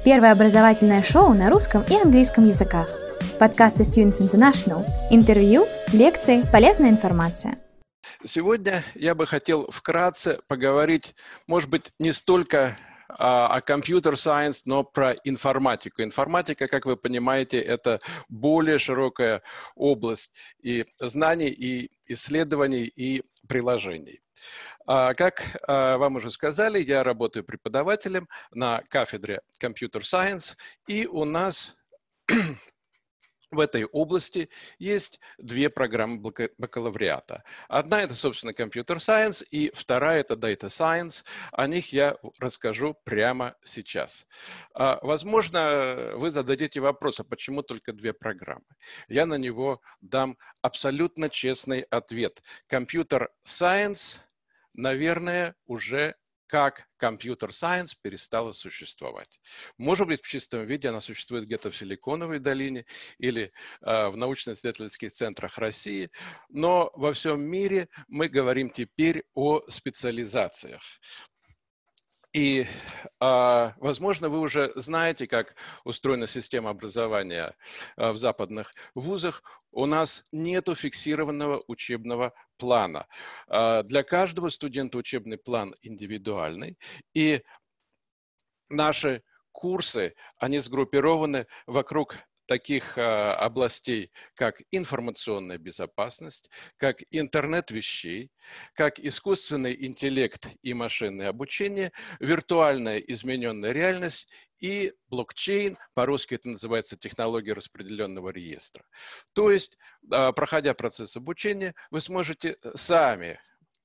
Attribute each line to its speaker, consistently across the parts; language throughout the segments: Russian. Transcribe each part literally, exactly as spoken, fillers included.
Speaker 1: Первое образовательное шоу на русском и английском языках. Подкасты Students International. Интервью, лекции, полезная информация.
Speaker 2: Сегодня я бы хотел вкратце поговорить, может быть, не столько о компьютер-сайенс, но про информатику. Информатика, как вы понимаете, это более широкая область и знаний, и исследований, и приложений. Как вам уже сказали, я работаю преподавателем на кафедре компьютер-сайенс, и у нас в этой области есть две программы бакалавриата. Одна – это, собственно, Computer Science, и вторая – это Data Science. О них я расскажу прямо сейчас. Возможно, вы зададите вопрос, а почему только две программы? Я на него дам абсолютно честный ответ. Computer Science, наверное, уже как Computer Science перестала существовать. Может быть, в чистом виде она существует где-то в Силиконовой долине или э, в научно-исследовательских центрах России, но во всем мире мы говорим теперь о специализациях. И, э, возможно, вы уже знаете, как устроена система образования э, в западных вузах. У нас нет фиксированного учебного плана. Э, для каждого студента учебный план индивидуальный. И наши курсы, они сгруппированы вокруг таких э, областей, как информационная безопасность, как интернет вещей, как искусственный интеллект и машинное обучение, виртуальная измененная реальность и блокчейн, по-русски это называется технология распределенного реестра. То есть, э, проходя процесс обучения, вы сможете сами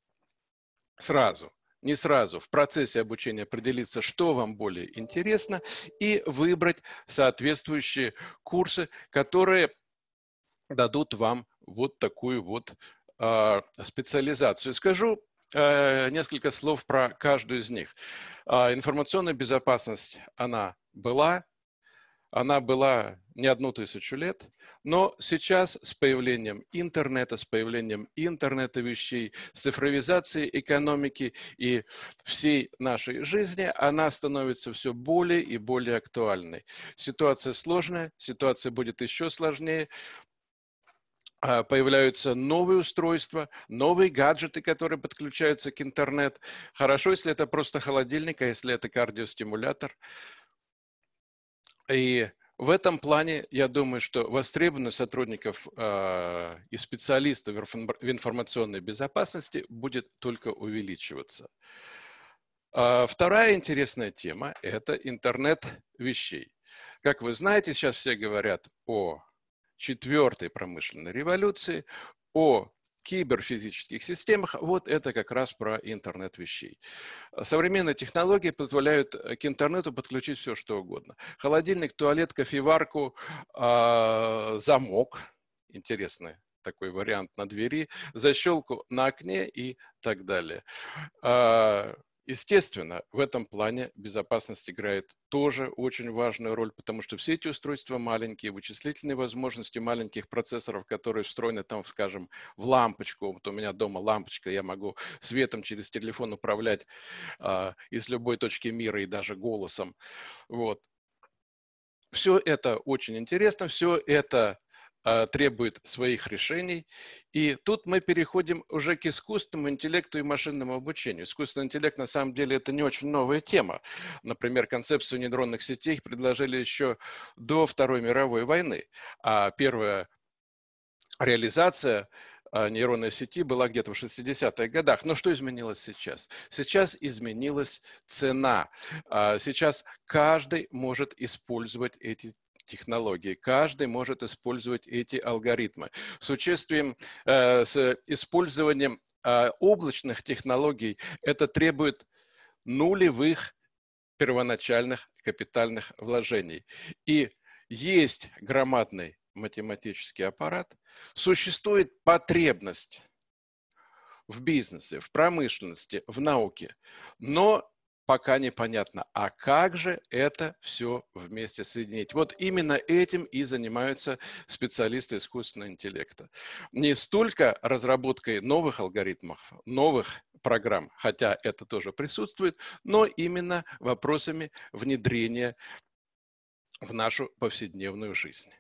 Speaker 2: сразу не сразу в процессе обучения определиться, что вам более интересно, и выбрать соответствующие курсы, которые дадут вам вот такую вот э, специализацию. Скажу э, несколько слов про каждую из них. Э, информационная безопасность, она была, она была не одну тысячу лет, но сейчас с появлением интернета, с появлением интернета вещей, с цифровизацией экономики и всей нашей жизни, она становится все более и более актуальной. Ситуация сложная, ситуация будет еще сложнее. Появляются новые устройства, новые гаджеты, которые подключаются к интернету. Хорошо, если это просто холодильник, а если это кардиостимулятор. И в этом плане, я думаю, что востребованность сотрудников э, и специалистов в информационной безопасности будет только увеличиваться. А вторая интересная тема – это интернет вещей. Как вы знаете, сейчас все говорят о четвертой промышленной революции, о киберфизических системах. Вот это как раз про интернет вещей. Современные технологии позволяют к интернету подключить все, что угодно. Холодильник, туалет, кофеварку, э, замок. Интересный такой вариант на двери, защелку на окне и так далее. Э, Естественно, в этом плане безопасность играет тоже очень важную роль, потому что все эти устройства маленькие, вычислительные возможности маленьких процессоров, которые встроены там, скажем, в лампочку. Вот у меня дома лампочка, я могу светом через телефон управлять а, из любой точки мира и даже голосом. Вот. Все это очень интересно, все это требует своих решений. И тут мы переходим уже к искусственному интеллекту и машинному обучению. Искусственный интеллект, на самом деле, это не очень новая тема. Например, концепцию нейронных сетей предложили еще до Второй мировой войны. А первая реализация нейронной сети была где-то в шестидесятых годах. Но что изменилось сейчас? Сейчас изменилась цена. Сейчас каждый может использовать эти технологии. Каждый может использовать эти алгоритмы. С участием, э, с использованием э, облачных технологий это требует нулевых первоначальных капитальных вложений. И есть громадный математический аппарат, существует потребность в бизнесе, в промышленности, в науке, но пока непонятно, а как же это все вместе соединить. Вот именно этим и занимаются специалисты искусственного интеллекта. Не столько разработкой новых алгоритмов, новых программ, хотя это тоже присутствует, но именно вопросами внедрения в нашу повседневную жизнь.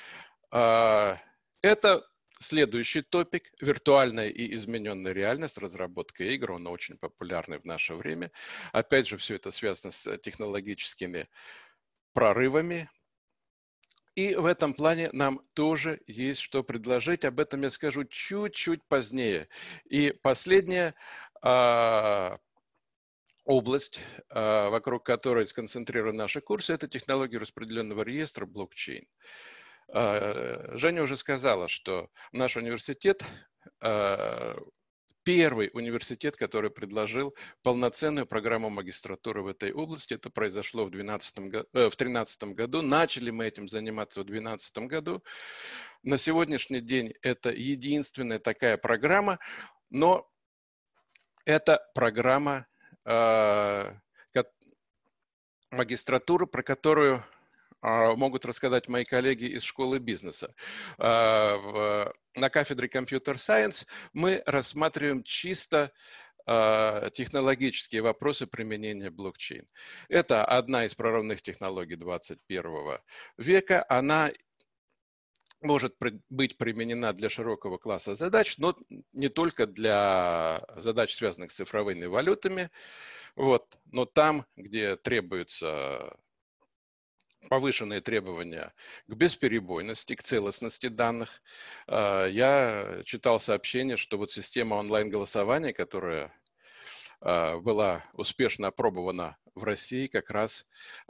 Speaker 2: Это следующий топик – виртуальная и измененная реальность, разработка игр. Он очень популярный в наше время. Опять же, все это связано с технологическими прорывами. И в этом плане нам тоже есть что предложить. Об этом я скажу чуть-чуть позднее. И последняя а, область, а, вокруг которой сконцентрированы наши курсы, это технологии распределенного реестра, блокчейн. А, Женя уже сказала, что наш университет а, первый университет, который предложил полноценную программу магистратуры в этой области. Это произошло в две тысячи тринадцатом году. Начали мы этим заниматься в две тысячи двенадцатом году. На сегодняшний день это единственная такая программа, но это программа э, магистратуры, про которую могут рассказать мои коллеги из школы бизнеса. На кафедре Computer Science мы рассматриваем чисто технологические вопросы применения блокчейн. Это одна из прорывных технологий двадцать первого века. Она может быть применена для широкого класса задач, но не только для задач, связанных с цифровыми валютами. Вот. Но там, где требуется повышенные требования к бесперебойности, к целостности данных. Я читал сообщение, что вот система онлайн-голосования, которая была успешно опробована в России, как раз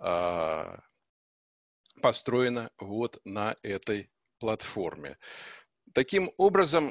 Speaker 2: построена вот на этой платформе. Таким образом,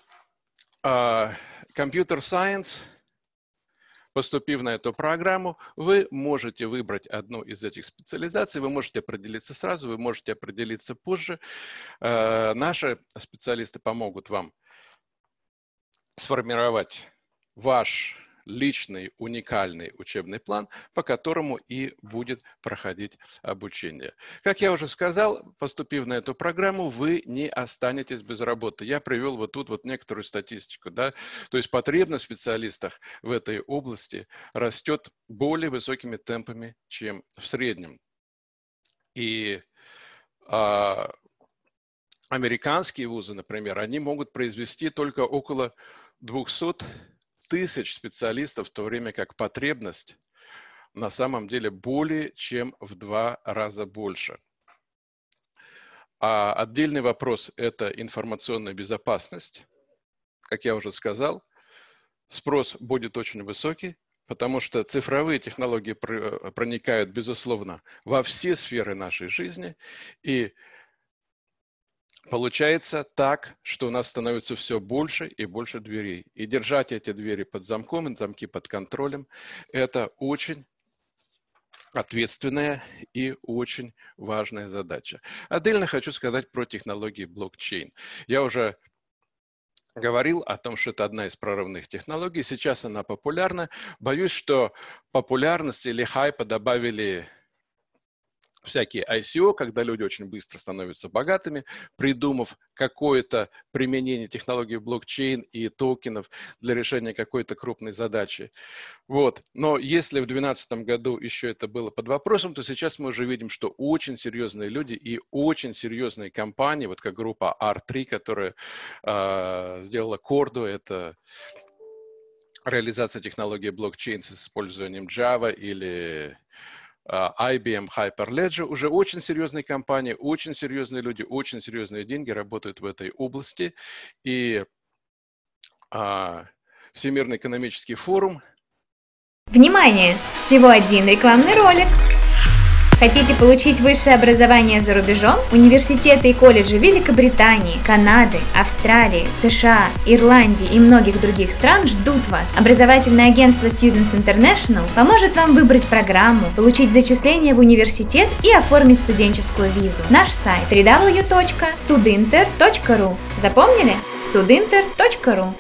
Speaker 2: Computer Science, поступив на эту программу, вы можете выбрать одну из этих специализаций, вы можете определиться сразу, вы можете определиться позже. Наши специалисты помогут вам сформировать ваш личный, уникальный учебный план, по которому и будет проходить обучение. Как я уже сказал, поступив на эту программу, вы не останетесь без работы. Я привел вот тут вот некоторую статистику, да, то есть потребность в специалистах в этой области растет более высокими темпами, чем в среднем. И а, американские вузы, например, они могут произвести только около двухсот тысяч специалистов, в то время как потребность на самом деле более чем в два раза больше. А отдельный вопрос – это информационная безопасность. Как я уже сказал, спрос будет очень высокий, потому что цифровые технологии проникают, безусловно, во все сферы нашей жизни, и получается так, что у нас становится все больше и больше дверей. И держать эти двери под замком, замки под контролем – это очень ответственная и очень важная задача. Отдельно хочу сказать про технологии блокчейн. Я уже говорил о том, что это одна из прорывных технологий. Сейчас она популярна. Боюсь, что популярность или хайпа добавили всякие ай си о, когда люди очень быстро становятся богатыми, придумав какое-то применение технологии блокчейн и токенов для решения какой-то крупной задачи. Вот. Но если в две тысячи двенадцатом году еще это было под вопросом, то сейчас мы уже видим, что очень серьезные люди и очень серьезные компании, вот как группа ар три, которая э, сделала Cordo, это реализация технологии блокчейн с использованием Java, или ай би эм Hyperledger, уже очень серьезные компании, очень серьезные люди, очень серьезные деньги работают в этой области. И а, Всемирный экономический форум.
Speaker 1: Внимание! Всего один рекламный ролик. Хотите получить высшее образование за рубежом? Университеты и колледжи Великобритании, Канады, Австралии, США, Ирландии и многих других стран ждут вас. Образовательное агентство Students International поможет вам выбрать программу, получить зачисление в университет и оформить студенческую визу. Наш сайт дабл ю дабл ю дабл ю точка студинтер точка ру. Запомнили? студинтер точка ру.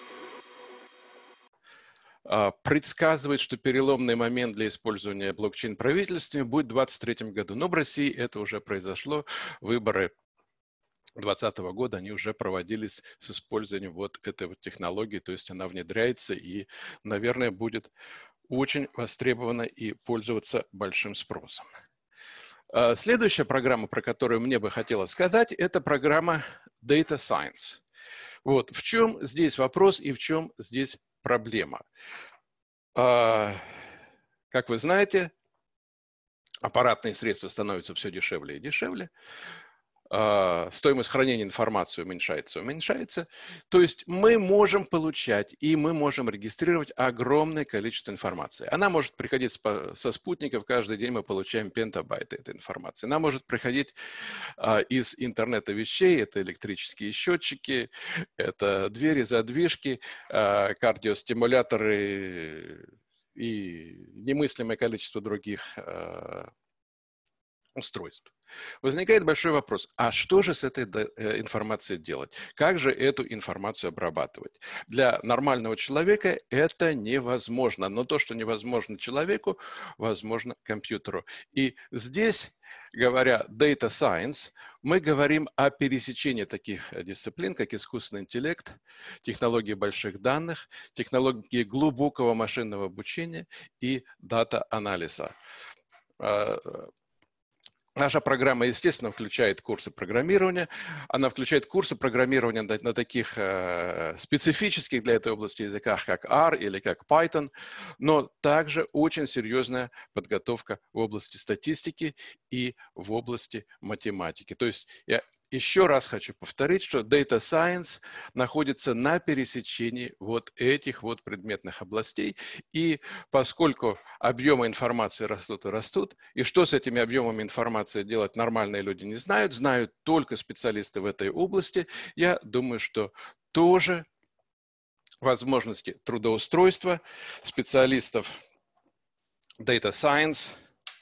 Speaker 2: Предсказывает, что переломный момент для использования блокчейн правительствами будет в две тысячи двадцать третьем году. Но в России это уже произошло. Выборы две тысячи двадцатого года, они уже проводились с использованием вот этой вот технологии. То есть она внедряется и, наверное, будет очень востребована и пользоваться большим спросом. Следующая программа, про которую мне бы хотелось сказать, это программа Data Science. Вот в чем здесь вопрос и в чем здесь проблема. Как вы знаете, аппаратные средства становятся все дешевле и дешевле. Стоимость хранения информации уменьшается, уменьшается. То есть мы можем получать и мы можем регистрировать огромное количество информации. Она может приходить со спутников, каждый день мы получаем пентабайты этой информации. Она может приходить из интернета вещей, это электрические счетчики, это двери, задвижки, кардиостимуляторы и немыслимое количество других устройств. Возникает большой вопрос, а что же с этой информацией делать? Как же эту информацию обрабатывать? Для нормального человека это невозможно, но то, что невозможно человеку, возможно компьютеру. И здесь, говоря Data Science, мы говорим о пересечении таких дисциплин, как искусственный интеллект, технологии больших данных, технологии глубокого машинного обучения и дата-анализа. Наша программа, естественно, включает курсы программирования. Она включает курсы программирования на, на таких э, специфических для этой области языках, как ар или как Python, но также очень серьезная подготовка в области статистики и в области математики. То есть я еще раз хочу повторить, что Data Science находится на пересечении вот этих вот предметных областей. И поскольку объемы информации растут и растут, и что с этими объемами информации делать нормальные люди не знают, знают только специалисты в этой области, я думаю, что тоже возможности трудоустройства специалистов Data Science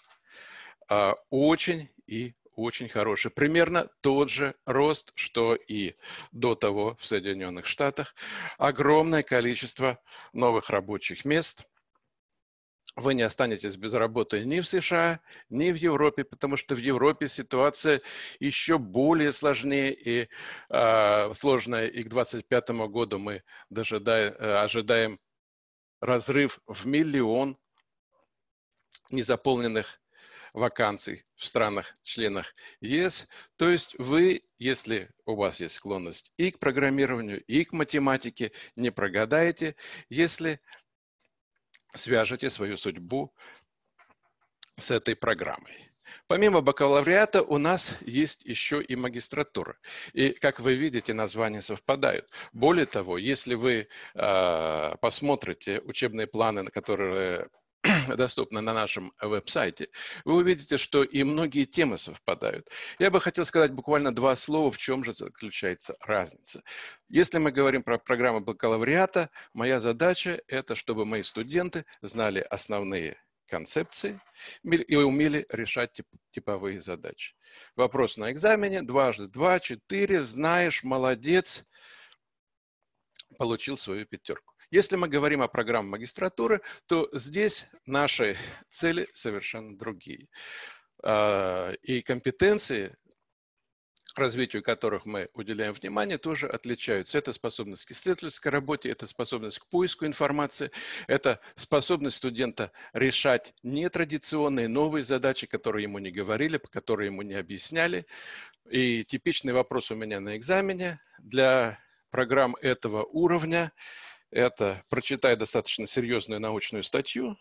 Speaker 2: очень и очень хороший. Примерно тот же рост, что и до того в Соединенных Штатах. Огромное количество новых рабочих мест. Вы не останетесь без работы ни в США, ни в Европе, потому что в Европе ситуация еще более сложнее и э, сложная. И к двадцать пятому году мы дожидаем, э, ожидаем разрыв в миллион незаполненных вакансий в странах-членах ЕС. То есть вы, если у вас есть склонность и к программированию, и к математике, не прогадаете, если свяжете свою судьбу с этой программой. Помимо бакалавриата у нас есть еще и магистратура. И, как вы видите, названия совпадают. Более того, если вы э, посмотрите учебные планы, на которые доступны на нашем веб-сайте, вы увидите, что и многие темы совпадают. Я бы хотел сказать буквально два слова, в чем же заключается разница. Если мы говорим про программу бакалавриата, моя задача – это чтобы мои студенты знали основные концепции и умели решать тип, типовые задачи. Вопрос на экзамене, дважды два, четыре, знаешь, молодец, получил свою пятерку. Если мы говорим о программе магистратуры, то здесь наши цели совершенно другие. И компетенции, развитию которых мы уделяем внимание, тоже отличаются. Это способность к исследовательской работе, это способность к поиску информации, это способность студента решать нетрадиционные, новые задачи, которые ему не говорили, по которым ему не объясняли. И типичный вопрос у меня на экзамене для программ этого уровня – это прочитай достаточно серьезную научную статью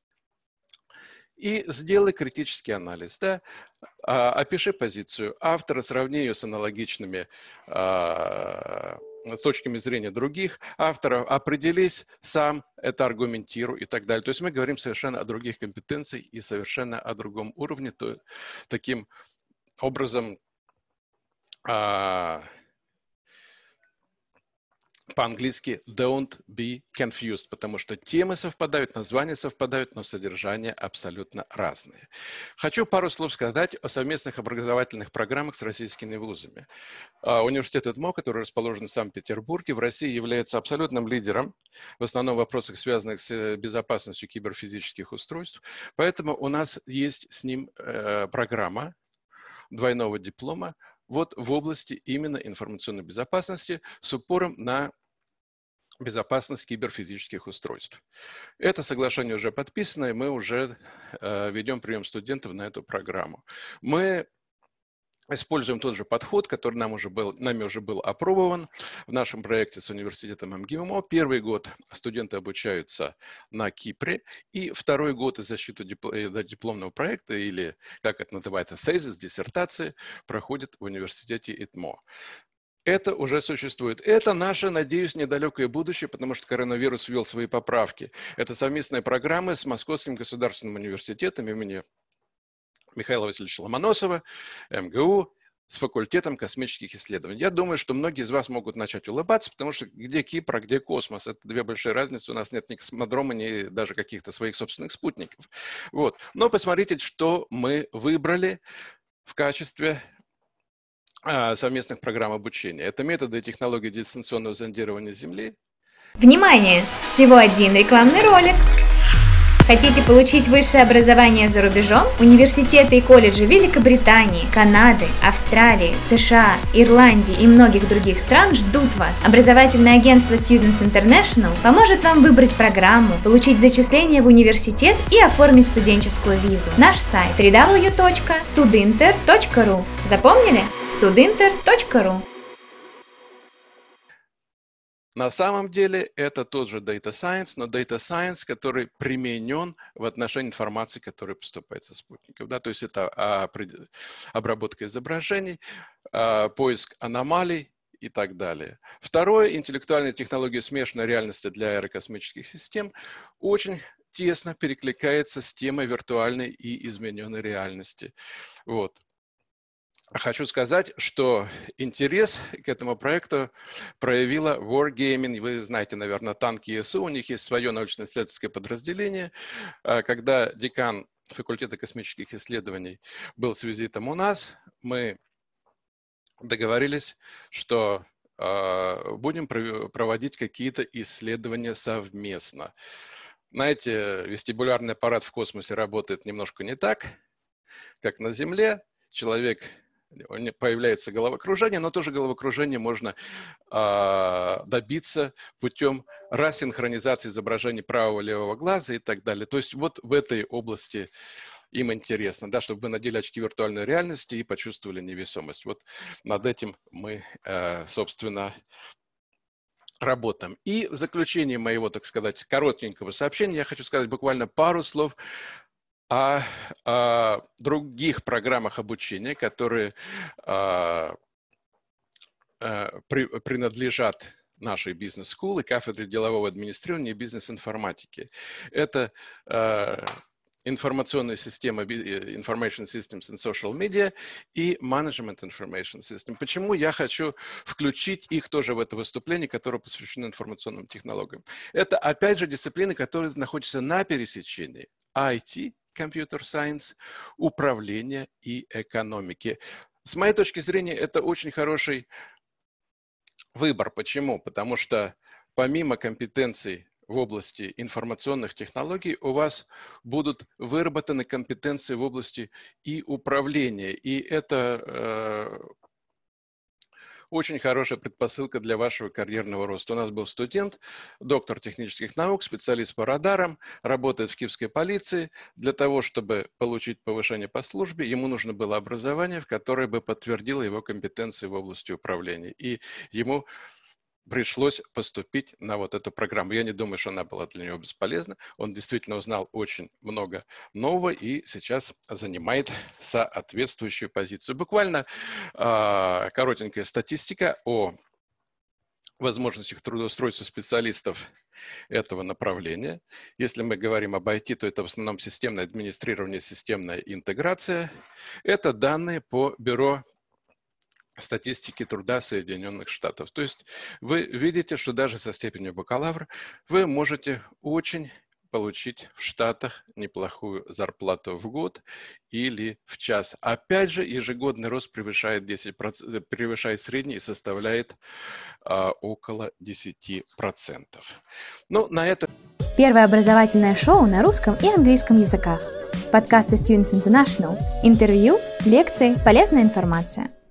Speaker 2: и сделай критический анализ. Да? Опиши позицию автора, сравни ее с аналогичными с точками зрения других авторов, определись сам, это аргументируй и так далее. То есть мы говорим совершенно о других компетенциях и совершенно о другом уровне. То, таким образом, по-английски don't be confused, потому что темы совпадают, названия совпадают, но содержание абсолютно разные. Хочу пару слов сказать о совместных образовательных программах с российскими вузами. Университет ЭТМО, который расположен в Санкт-Петербурге, в России является абсолютным лидером, в основном в вопросах, связанных с безопасностью киберфизических устройств. Поэтому у нас есть с ним программа двойного диплома вот в области именно информационной безопасности с упором на безопасность киберфизических устройств. Это соглашение уже подписано, и мы уже э, ведем прием студентов на эту программу. Мы используем тот же подход, который нам уже был, нами уже был опробован в нашем проекте с университетом эм гэ эм о. Первый год студенты обучаются на Кипре, и второй год из защиты дипломного проекта, или, как это называется, тезис, диссертации, проходит в университете ИТМО. Это уже существует. Это наше, надеюсь, недалекое будущее, потому что коронавирус ввел свои поправки. Это совместные программы с Московским государственным университетом имени Михаила Васильевича Ломоносова, эм гэ у, с факультетом космических исследований. Я думаю, что многие из вас могут начать улыбаться, потому что где Кипр, а где космос? Это две большие разницы. У нас нет ни космодрома, ни даже каких-то своих собственных спутников. Вот. Но посмотрите, что мы выбрали в качестве совместных программ обучения. Это методы и технологии дистанционного зондирования Земли.
Speaker 1: Внимание! Всего один рекламный ролик. Хотите получить высшее образование за рубежом? Университеты и колледжи Великобритании, Канады, Австралии, США, Ирландии и многих других стран ждут вас. Образовательное агентство Students International поможет вам выбрать программу, получить зачисление в университет и оформить студенческую визу. Наш сайт дабл ю дабл ю дабл ю точка студинтер точка ру. Запомнили? студинтер точка ру.
Speaker 2: На самом деле это тот же Data Science, но Data Science, который применен в отношении информации, которая поступает со спутников. Да? То есть это обработка изображений, поиск аномалий и так далее. Второе, интеллектуальные технологии смешанной реальности для аэрокосмических систем очень тесно перекликается с темой виртуальной и измененной реальности. Вот. Хочу сказать, что интерес к этому проекту проявила Wargaming. Вы знаете, наверное, танки ИСУ, у них есть свое научно-исследовательское подразделение. Когда декан факультета космических исследований был с визитом у нас, мы договорились, что будем проводить какие-то исследования совместно. Знаете, вестибулярный аппарат в космосе работает немножко не так, как на Земле. Человек... Появляется головокружение, но тоже головокружение можно э, добиться путем рассинхронизации изображений правого и левого глаза и так далее. То есть вот в этой области им интересно, да, чтобы вы надели очки виртуальной реальности и почувствовали невесомость. Вот над этим мы, э, собственно, работаем. И в заключение моего, так сказать, коротенького сообщения я хочу сказать буквально пару слов о, о других программах обучения, которые а, а, при, принадлежат нашей бизнес-скул и кафедре делового администрирования и бизнес-информатики. Это а, информационная система Information Systems and Social Media и Management Information System. Почему я хочу включить их тоже в это выступление, которое посвящено информационным технологиям? Это, опять же, дисциплины, которые находятся на пересечении ай ти, Computer Science, управления и экономики. С моей точки зрения, это очень хороший выбор. Почему? Потому что помимо компетенций в области информационных технологий, у вас будут выработаны компетенции в области и управления. И это э, очень хорошая предпосылка для вашего карьерного роста. У нас был студент, доктор технических наук, специалист по радарам, работает в кипрской полиции. Для того, чтобы получить повышение по службе, ему нужно было образование, в которое бы подтвердило его компетенции в области управления. И ему пришлось поступить на вот эту программу. Я не думаю, что она была для него бесполезна. Он действительно узнал очень много нового и сейчас занимает соответствующую позицию. Буквально э, коротенькая статистика о возможностях трудоустройства специалистов этого направления. Если мы говорим об ай ти, то это в основном системное администрирование, системная интеграция. Это данные по бюро статистики труда Соединенных Штатов. То есть вы видите, что даже со степенью бакалавра вы можете очень получить в Штатах неплохую зарплату в год или в час. Опять же, ежегодный рост превышает десять процентов, превышает средний и составляет а, около десять процентов. Ну, на этом...
Speaker 3: Первое образовательное шоу на русском и английском языках. Подкасты Students International. Интервью, лекции, полезная информация.